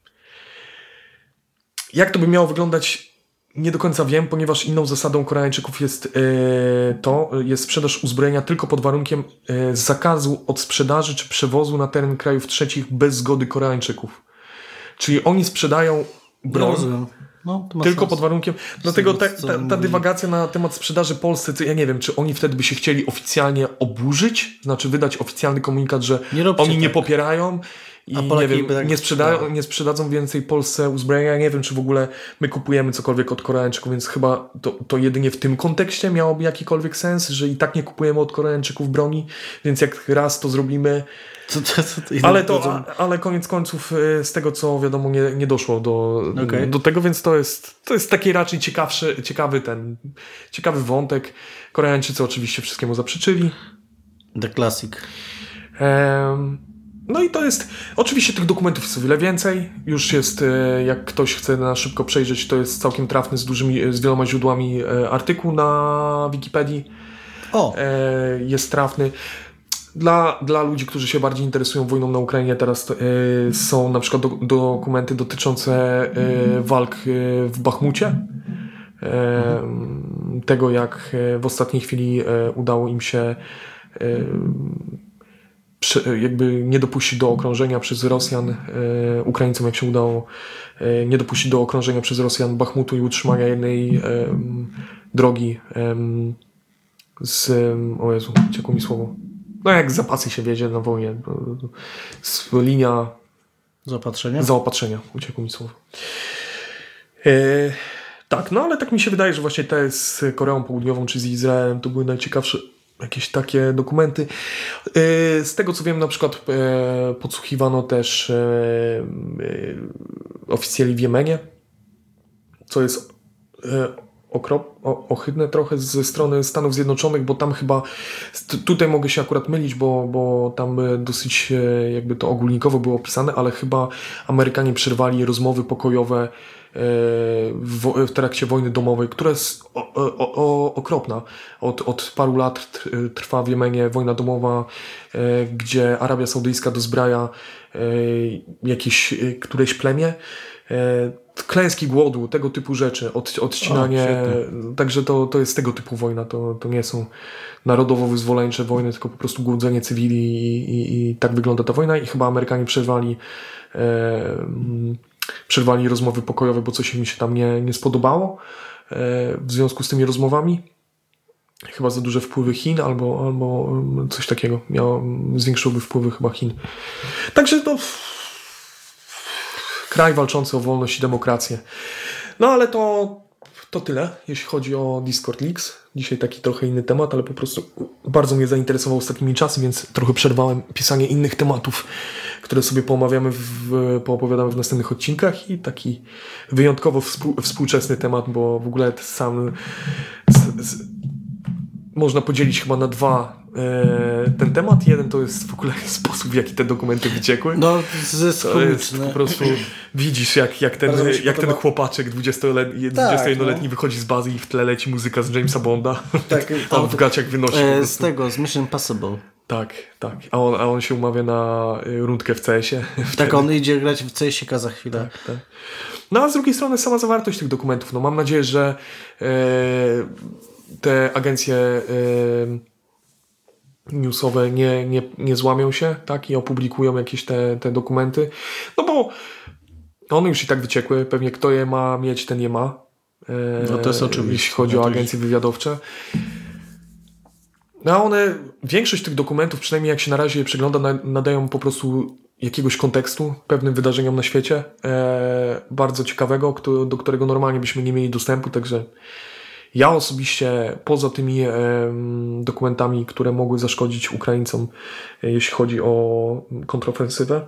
Jak to by miało wyglądać? Nie do końca wiem, ponieważ inną zasadą Koreańczyków jest sprzedaż uzbrojenia tylko pod warunkiem zakazu od sprzedaży czy przewozu na teren krajów trzecich bez zgody Koreańczyków. Czyli oni sprzedają broń tylko pod warunkiem... Dlatego ta dywagacja na temat sprzedaży Polsce, ja nie wiem, czy oni wtedy by się chcieli oficjalnie oburzyć, znaczy wydać oficjalny komunikat, że oni nie popierają i nie wiem, nie sprzedadzą więcej Polsce uzbrojenia. Ja nie wiem, czy w ogóle my kupujemy cokolwiek od Koreańczyków, więc chyba to jedynie w tym kontekście miałoby jakikolwiek sens, że i tak nie kupujemy od Koreańczyków broni, więc jak raz to zrobimy... Ale koniec końców z tego, co wiadomo, nie doszło do tego, więc to jest taki raczej ciekawy wątek. Koreańczycy oczywiście wszystkiemu zaprzeczyli. The classic. No i to jest... Oczywiście tych dokumentów jest o wiele więcej. Już jest, jak ktoś chce na szybko przejrzeć, to jest całkiem trafny z wieloma źródłami artykuł na Wikipedii. Jest trafny. Dla ludzi, którzy się bardziej interesują wojną na Ukrainie, teraz są na przykład dokumenty dotyczące walk w Bachmucie. Tego, jak w ostatniej chwili udało im się jakby nie dopuścić do okrążenia przez Rosjan, Ukraińcom jak się udało nie dopuścić do okrążenia przez Rosjan Bachmutu i utrzymania jednej drogi o Jezu, uciekło mi słowo. No jak zapasy się wiedzie na wojnie. Linia zaopatrzenia. Uciekło mi słowo. Tak, no ale tak mi się wydaje, że właśnie te z Koreą Południową czy z Izraelem to były najciekawsze jakieś takie dokumenty. Z tego co wiem, na przykład podsłuchiwano też oficjeli w Jemenie, co jest ohydne trochę ze strony Stanów Zjednoczonych, bo tam chyba, tutaj mogę się akurat mylić, bo tam dosyć jakby to ogólnikowo było opisane, ale chyba Amerykanie przerwali rozmowy pokojowe w trakcie wojny domowej, która jest okropna. Od paru lat trwa w Jemenie wojna domowa, gdzie Arabia Saudyjska dozbraja któreś plemię klęski głodu, tego typu rzeczy, odcinanie. Także to jest tego typu wojna. To nie są narodowo-wyzwoleńcze wojny, tylko po prostu głodzenie cywili i tak wygląda ta wojna. I chyba Amerykanie przerwali rozmowy pokojowe, bo coś im się tam nie spodobało w związku z tymi rozmowami. Chyba za duże wpływy Chin albo coś takiego. Zwiększyłoby wpływy chyba Chin. Także to kraj walczący o wolność i demokrację. No ale to tyle, jeśli chodzi o Discord Leaks. Dzisiaj taki trochę inny temat, ale po prostu bardzo mnie zainteresował ostatnimi czasy, więc trochę przerwałem pisanie innych tematów, które sobie poopowiadamy w następnych odcinkach i taki wyjątkowo współczesny temat, bo w ogóle sam można podzielić chyba na dwa ten temat. Jeden to jest w ogóle sposób, w jaki te dokumenty wyciekły. No, to jest po prostu widzisz, jak ten chłopaczek 21-letni wychodzi z bazy i w tle leci muzyka z Jamesa Bonda. Tak, tam w gaciach wynosi. Z Mission Impossible. Tak. A on się umawia na rundkę w CS-ie. Tak, on idzie grać w CS-ika za chwilę. Tak. No a z drugiej strony sama zawartość tych dokumentów. No mam nadzieję, że te agencje newsowe nie złamią się, tak, i opublikują jakieś te dokumenty. No bo one już i tak wyciekły. Pewnie kto je ma mieć, ten je ma. No to jest oczywiste. Jeśli chodzi o agencje wywiadowcze. No one, większość tych dokumentów, przynajmniej jak się na razie je przegląda, nadają po prostu jakiegoś kontekstu pewnym wydarzeniom na świecie. Bardzo ciekawego, do którego normalnie byśmy nie mieli dostępu, także ja osobiście, poza tymi dokumentami, które mogły zaszkodzić Ukraińcom, jeśli chodzi o kontrofensywę,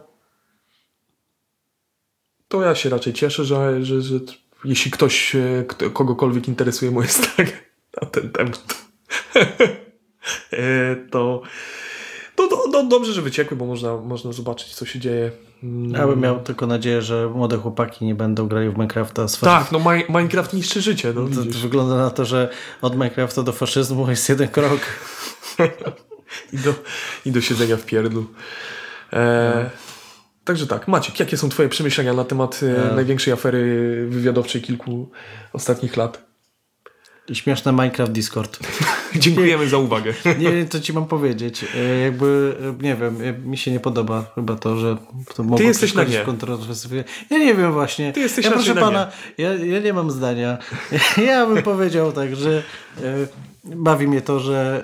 to ja się raczej cieszę, że jeśli ktoś, kogokolwiek interesuje moje zdanie na ten temat, to dobrze, że wyciekły, bo można zobaczyć, co się dzieje. Ja bym miał tylko nadzieję, że młode chłopaki nie będą grali w Minecrafta. Tak, no Minecraft niszczy życie. No, to wygląda na to, że od Minecrafta do faszyzmu jest jeden krok. I do siedzenia w pierdlu. Także tak, Maciek, jakie są twoje przemyślenia na temat największej afery wywiadowczej kilku ostatnich lat? Śmieszne Minecraft Discord. Dziękujemy za uwagę. Nie wiem, co ci mam powiedzieć. Nie wiem, mi się nie podoba chyba to, że to mogło. Ty jesteś na nie. Ja nie wiem właśnie. Ty jesteś proszę pana, ja nie mam zdania. Ja bym powiedział tak, że bawi mnie to, że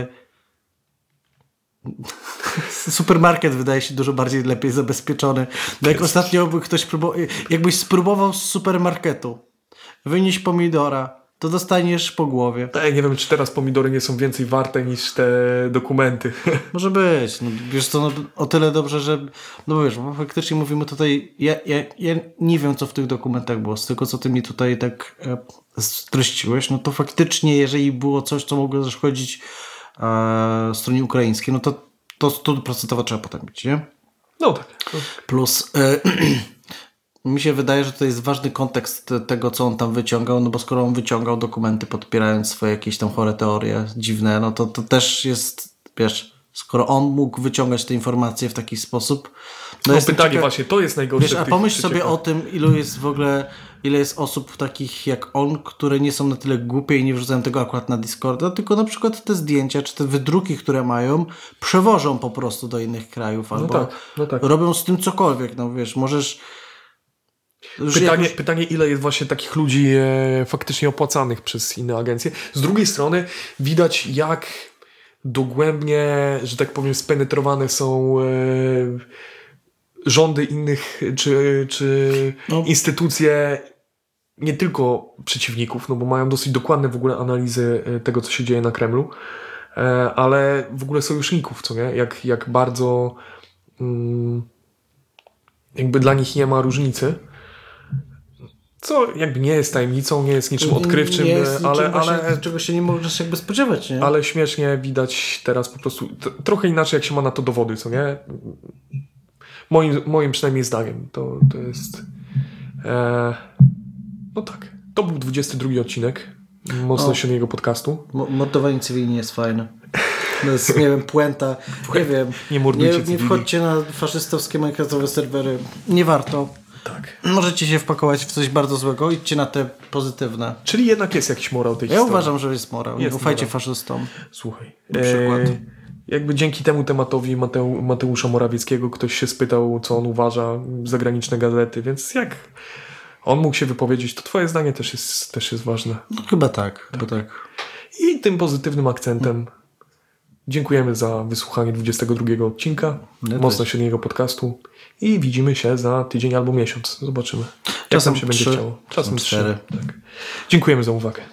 supermarket wydaje się dużo bardziej lepiej zabezpieczony. No jak ostatnio ktoś jakbyś spróbował z supermarketu wynieść pomidora, to dostaniesz po głowie. Nie wiem, czy teraz pomidory nie są więcej warte niż te dokumenty. Może być. No, wiesz co, o tyle dobrze, że no wiesz, bo faktycznie mówimy tutaj, ja nie wiem, co w tych dokumentach było. Z tego, co ty mi tutaj tak streściłeś, no to faktycznie, jeżeli było coś, co mogło zaszkodzić stronie ukraińskiej, no to 100% trzeba potem mieć, nie? No tak. Plus mi się wydaje, że to jest ważny kontekst tego, co on tam wyciągał, no bo skoro on wyciągał dokumenty podpierając swoje jakieś tam chore teorie dziwne, no to też jest, wiesz, skoro on mógł wyciągać te informacje w taki sposób. No pytanie właśnie, to jest najgorsze. Wiesz, a pomyśl sobie o tym, ile jest osób takich jak on, które nie są na tyle głupie i nie wrzucają tego akurat na Discorda, tylko na przykład te zdjęcia, czy te wydruki, które mają, przewożą po prostu do innych krajów, albo robią z tym cokolwiek, no wiesz, możesz... Pytanie, ile jest właśnie takich ludzi faktycznie opłacanych przez inne agencje. Z drugiej strony widać, jak dogłębnie, że tak powiem, spenetrowane są rządy innych czy instytucje, nie tylko przeciwników, no bo mają dosyć dokładne w ogóle analizy tego, co się dzieje na Kremlu, ale w ogóle sojuszników, co nie? Jak bardzo jakby dla nich nie ma różnicy. Co jakby nie jest tajemnicą, nie jest niczym odkrywczym, ale czego się nie możesz jakby spodziewać, nie? Ale śmiesznie widać teraz po prostu trochę inaczej, jak się ma na to dowody, co nie? Moim przynajmniej zdaniem to jest no tak, to był 22 odcinek mocno silnego podcastu. Mordowanie cywilni jest fajne. To jest, nie wiem, puenta, nie wiem. Nie mordujcie nie wchodźcie na faszystowskie minecraftowe serwery. Nie warto. Tak. Możecie się wpakować w coś bardzo złego, idźcie na te pozytywne. Czyli jednak jest jakiś morał tej Ja historii. uważam, że jest morał. Nie Jest ufajcie morał. faszystom. Słuchaj. Na przykład. Jakby dzięki temu tematowi Mateusza Morawieckiego ktoś się spytał, co on uważa, zagraniczne gazety, więc jak on mógł się wypowiedzieć, to twoje zdanie też jest ważne. No, chyba tak. I tym pozytywnym akcentem dziękujemy za wysłuchanie 22 odcinka Mocno Średniego Podcastu i widzimy się za tydzień albo miesiąc. Zobaczymy. Jak Czasem nam się będzie 3, chciało. Czasem 3. 4. Tak. Dziękujemy za uwagę.